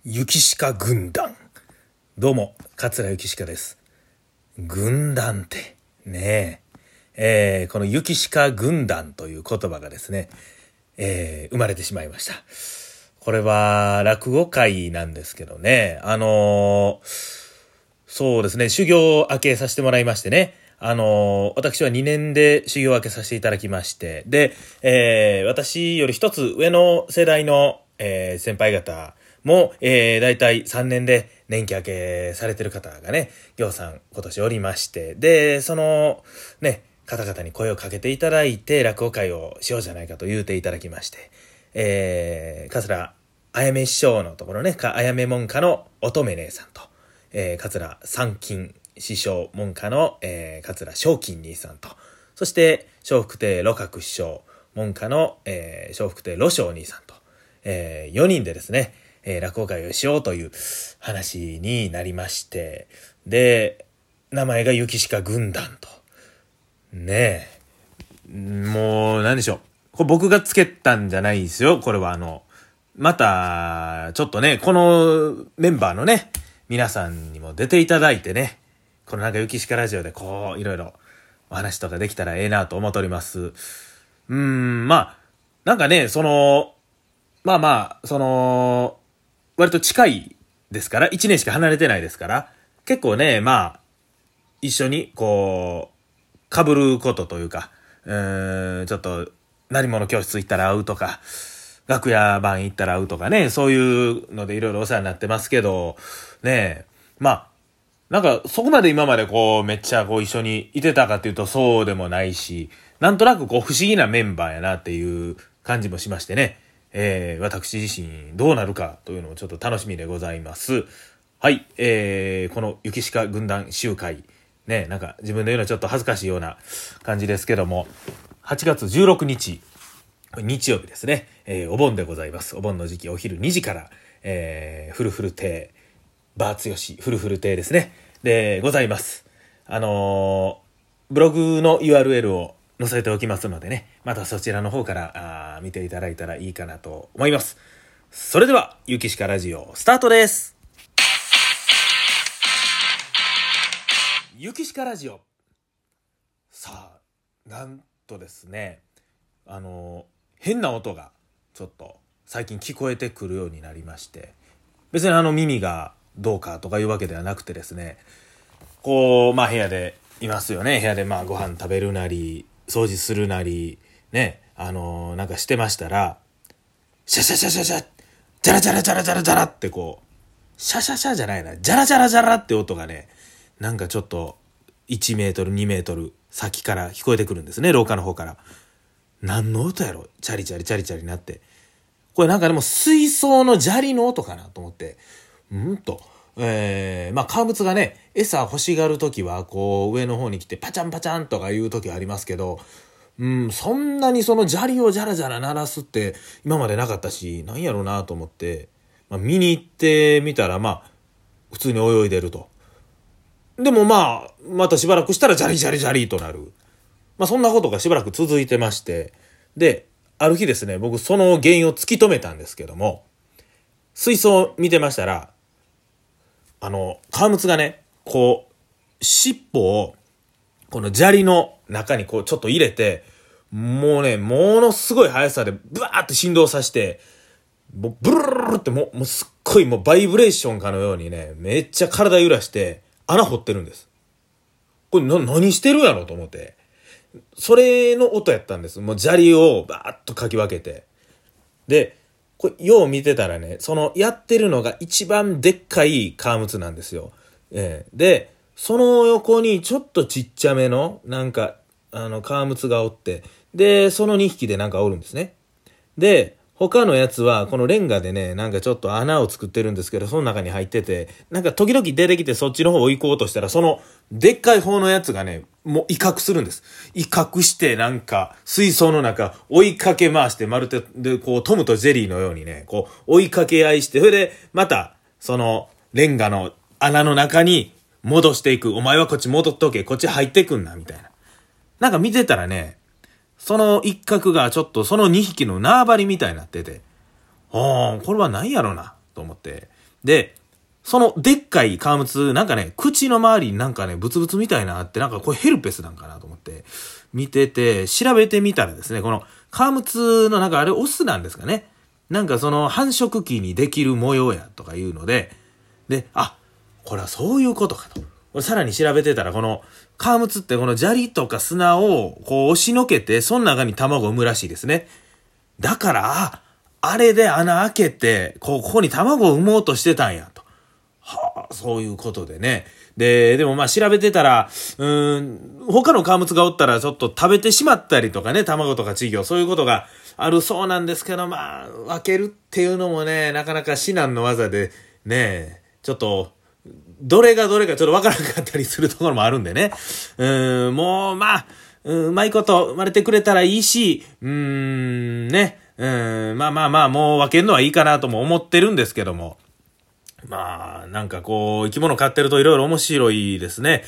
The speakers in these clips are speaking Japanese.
雪鹿軍団。どうも桂雪鹿です。軍団ってねこの雪鹿軍団という言葉がですね、生まれてしまいました。これは落語会なんですけどね、そうですね、修行明けさせてもらいましてね、私は2年で修行明けさせていただきまして、で、私より一つ上の世代の、先輩方も、だいたい3年で年季明けされてる方がね、ぎょうさん今年おりまして、で、そのね、方々に声をかけていただいて落語会をしようじゃないかと言うていただきまして、桂あやめ師匠のところね、あやめ門下の乙女姉さんと、桂三金師匠門下の、桂正金兄さんと、そして笑福亭露覚師匠門下の、笑福亭露正兄さんと、4人でですね、落語会をしようという話になりまして、で、名前が雪鹿軍団と。ねえ。もう、なんでしょう。これ僕がつけたんじゃないですよ。これはまた、ちょっとね、このメンバーのね、皆さんにも出ていただいてね、このなんか雪鹿ラジオでこう、いろいろお話とかできたらええなと思っております。まあ、なんかね、割と近いですから、1年しか離れてないですから、結構ね、一緒に、こう、被ることというか、ちょっと、何物教室行ったら会うとか、楽屋番行ったら会うとかね、そういうのでいろいろお世話になってますけど、ね、なんか、そこまで今までこう、めっちゃこう一緒にいてたかっていうとそうでもないし、なんとなくこう、不思議なメンバーやなっていう感じもしましてね、私自身どうなるかというのもちょっと楽しみでございます。はい、この雪鹿軍団集会ね、なんか自分で言うのはちょっと恥ずかしいような感じですけども、8月16日日曜日ですね、お盆でございます。お盆の時期お昼2時から、フルフル亭バーツヨシフルフル亭ですねでございます。ブログの URL を載せておきますのでね、またそちらの方から見ていただいたらいいかなと思います。それでは雪鹿ラジオスタートです。雪鹿ラジオ。さあ、なんとですね、変な音がちょっと最近聞こえてくるようになりまして、別に耳がどうかとかいうわけではなくてですね、こう部屋でいますよね。部屋でご飯食べるなり掃除するなりね、なんかしてましたら、シャシャシャシャシャ、ジャラジャラジャラジャラジャラってこう、シャシャシャじゃないな、ジャラジャラジャラって音がね、なんかちょっと1メートル2メートル先から聞こえてくるんですね、廊下の方から。何の音やろ、チャリチャリチャリチャリなって、これなんかでも水槽の砂利の音かなと思って、革物がね、餌欲しがるときはこう上の方に来てパチャンパチャンとかいうときはありますけど、そんなにその砂利をジャラジャラ鳴らすって今までなかったし、なんやろうなと思って、見に行ってみたら普通に泳いでると。でもまたしばらくしたらジャリジャリジャリとなる。そんなことがしばらく続いてまして、で、ある日ですね、僕その原因を突き止めたんですけども、水槽を見てましたら、革物がね、こう、尻尾を、この砂利の中にこうちょっと入れて、もうね、ものすごい速さでブワーって振動させて、ブルルルルってもうすっごいバイブレーションかのようにね、めっちゃ体揺らして穴掘ってるんです。これ何してるやろと思って。それの音やったんです。もう砂利をバーッとかき分けて。で、これよう見てたらね、そのやってるのが一番でっかい革物なんですよ。で、その横にちょっとちっちゃめのなんか革物がおって、でその2匹でなんかおるんですね。で他のやつはこのレンガでね、なんかちょっと穴を作ってるんですけど、その中に入ってて、なんか時々出てきてそっちの方を行こうとしたら、そのでっかい方のやつがね、もう威嚇するんです。威嚇してなんか水槽の中追いかけ回して、まるでこうトムとジェリーのようにね、こう追いかけ合いして、それでまたそのレンガの穴の中に戻していく。お前はこっち戻っとけ、こっち入ってくんなみたいな。なんか見てたらね、その一角がちょっとその2匹の縄張りみたいになってて、これは何やろなと思って。 で、そのでっかい革靴、なんかね、口の周りになんかね、ブツブツみたいなのあって、なんかこれヘルペスなんかなと思って見てて、調べてみたらですね、この革靴のなんかあれオスなんですかね。なんかその繁殖期にできる模様やとかいうので、で、あ、これはそういうことかと。これさらに調べてたら、この革靴ってこの砂利とか砂をこう押しのけて、その中に卵を産むらしいですね。だから、あれで穴開けて、ここに卵を産もうとしてたんやと。はあ、そういうことでね。でもまあ調べてたら、他の革靴がおったらちょっと食べてしまったりとかね、卵とか稚魚、そういうことがあるそうなんですけど、まあ、分けるっていうのもね、なかなか至難の技で、ね、ちょっと、どれがちょっと分からなかったりするところもあるんでね。もう、まあ、うまいこと生まれてくれたらいいし、ね、まあ、もう分けるのはいいかなとも思ってるんですけども。まあ、なんかこう、生き物飼ってるといろいろ面白いですね。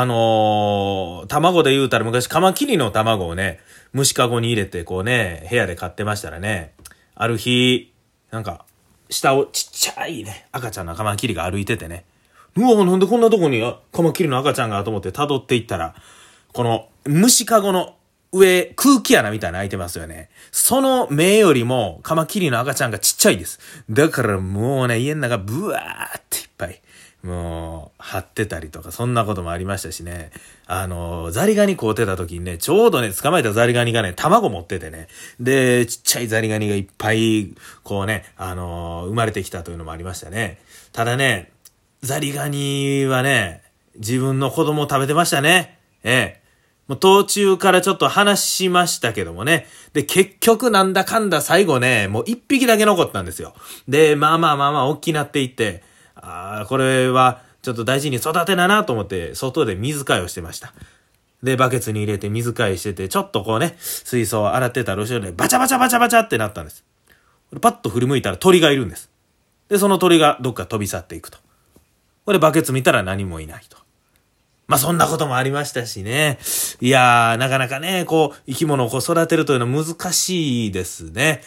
卵で言うたら昔カマキリの卵をね、虫かごに入れてこうね、部屋で飼ってましたらね、ある日、なんか、下をちっちゃいね、赤ちゃんのカマキリが歩いててね、うわ、なんでこんなとこにカマキリの赤ちゃんがと思って辿っていったら、この虫かごの上、空気穴みたいなの開いてますよね。その目よりもカマキリの赤ちゃんがちっちゃいです。だからもうね、家の中ブワーっていっぱい、もう、張ってたりとか、そんなこともありましたしね。ザリガニ飼うてた時にね、ちょうどね、捕まえたザリガニがね、卵持っててね。で、ちっちゃいザリガニがいっぱい、こうね、生まれてきたというのもありましたね。ただね、ザリガニはね、自分の子供を食べてましたね。もう途中からちょっと話しましたけどもね。で、結局なんだかんだ最後ね、もう一匹だけ残ったんですよ。で、まあ、大きなっていって、これはちょっと大事に育てなと思って、外で水替えをしてました。で、バケツに入れて水替えしてて、ちょっとこうね、水槽を洗ってたら後ろでバチャバチャってなったんです。パッと振り向いたら鳥がいるんです。で、その鳥がどっか飛び去っていくと。これバケツ見たら何もいないと。まあそんなこともありましたしね。いやー、なかなかね、こう、生き物をこう育てるというのは難しいですね。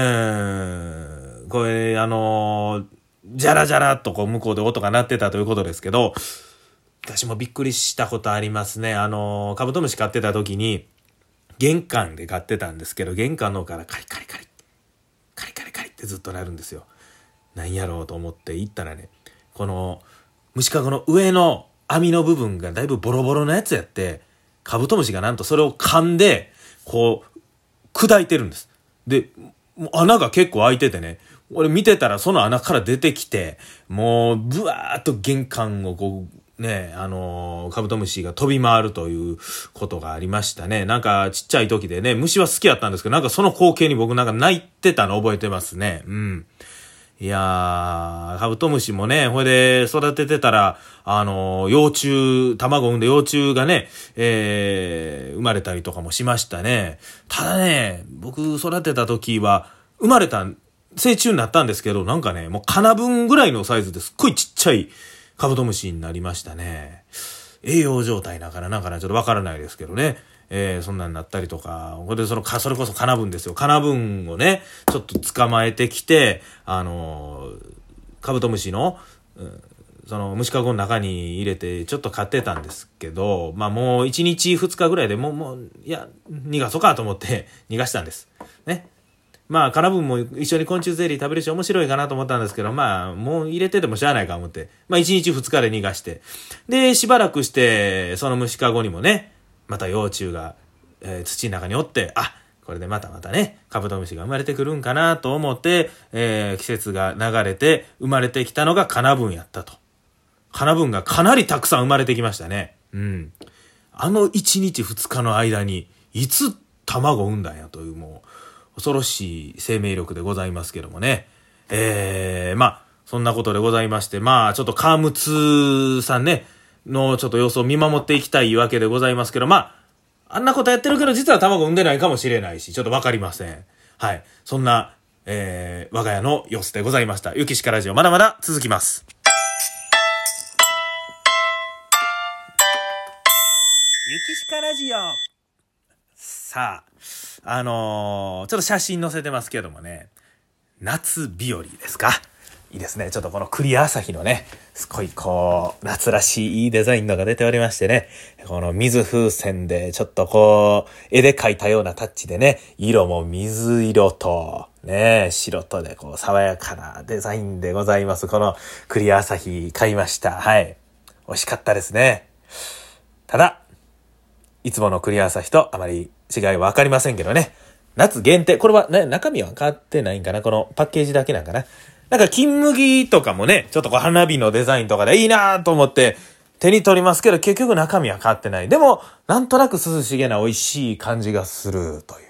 これ、ジャラジャラっとこう向こうで音が鳴ってたということですけど、私もびっくりしたことありますね。カブトムシ飼ってた時に、玄関で飼ってたんですけど、玄関の方からカリカリってずっと鳴るんですよ。何やろうと思って行ったらね、この虫かごの上の網の部分がだいぶボロボロなやつやって、カブトムシがなんとそれを噛んで、こう、砕いてるんです。で、穴が結構開いててね、俺見てたらその穴から出てきて、もう、ブワーっと玄関をこう、ね、カブトムシが飛び回るということがありましたね。なんかちっちゃい時でね、虫は好きやったんですけど、なんかその光景に僕なんか泣いてたの覚えてますね。うん。いやー、カブトムシもね、ほいで育ててたら、幼虫、卵を産んで幼虫がね、生まれたりとかもしましたね。ただね、僕育てた時は、成虫になったんですけど、なんかね、もうカナブンぐらいのサイズですっごいちっちゃいカブトムシになりましたね。栄養状態だからなんかな、ちょっとわからないですけどね。そんなになったりとか、それこそカナブンですよ。カナブンをね、ちょっと捕まえてきて、カブトムシの、その虫かごの中に入れてちょっと飼ってたんですけど、まあもう1日2日ぐらいでもう、いや、逃がそうかと思って逃がしたんです。ね。まあ、カナブンも一緒に昆虫ゼリー食べるし面白いかなと思ったんですけど、まあ、もう入れててもしゃあないか思って、まあ1日2日で逃がして、で、しばらくして、その虫かごにもね、また幼虫が、土の中におって、これでまたね、カブトムシが生まれてくるんかなと思って、季節が流れて生まれてきたのがカナブンやったと。カナブンがかなりたくさん生まれてきましたね。うん。1日2日の間に、いつ卵を産んだんやという、もう、恐ろしい生命力でございますけどもね。まあ、そんなことでございまして、まあ、ちょっとカームツさんね、のちょっと様子を見守っていきたいわけでございますけど、まあ、あんなことやってるけど、実は卵産んでないかもしれないし、ちょっとわかりません。はい。そんな、我が家の様子でございました。ゆきしかラジオ、まだまだ続きます。ゆきしかラジオ。さあ、ちょっと写真載せてますけどもね、夏日和ですか。 いいですね。ちょっとこのクリア朝日のね、すごいこう、夏らしいいいデザインのが出ておりましてね、この水風船でちょっとこう、絵で描いたようなタッチでね、色も水色と、ね、白とでこう、爽やかなデザインでございます。このクリア朝日買いました。はい。美味しかったですね。ただ、いつものクリア朝日とあまり違いはわかりませんけどね。夏限定。これはね、中身は変わってないんかな、このパッケージだけなんかな。なんか金麦とかもね、ちょっとこう花火のデザインとかでいいなと思って手に取りますけど、結局中身は変わってない。でも、なんとなく涼しげな美味しい感じがするという。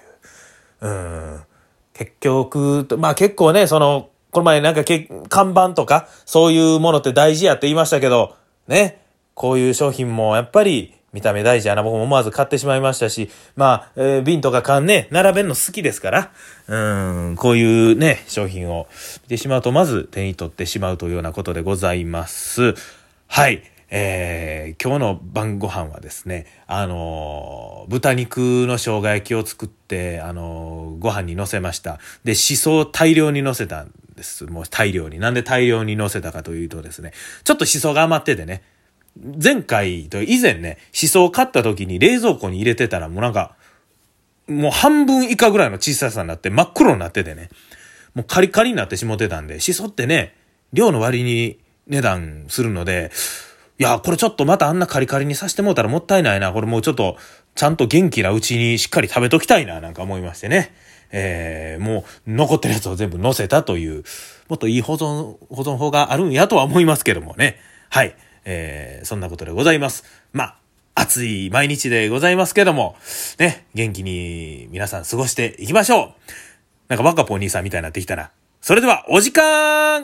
結局、まあ結構ね、この前なんか看板とか、そういうものって大事やって言いましたけど、ね、こういう商品もやっぱり見た目大事やな。僕も思わず買ってしまいましたし、まあ、瓶とか缶ね、並べるの好きですから、こういうね、商品を見てしまうと、まず手に取ってしまうというようなことでございます。はい。今日の晩ご飯はですね、豚肉の生姜焼きを作って、ご飯に乗せました。で、シソを大量に乗せたんです。もう大量に。なんで大量に乗せたかというとですね、ちょっとシソが余っててね、前回と以前ね、シソを買った時に冷蔵庫に入れてたらもうなんか、もう半分以下ぐらいの小ささになって真っ黒になっててね、もうカリカリになってしもてたんで、シソってね、量の割に値段するので、いや、これちょっとまたあんなカリカリにさせてもうたらもったいないな。これもうちょっと、ちゃんと元気なうちにしっかり食べときたいな、なんか思いましてね。もう残ってるやつを全部乗せたという、もっといい保存法があるんやとは思いますけどもね。はい。そんなことでございます。まあ、暑い毎日でございますけども、ね、元気に皆さん過ごしていきましょう。なんかバカポー兄さんみたいになってきたな。それでは、お時間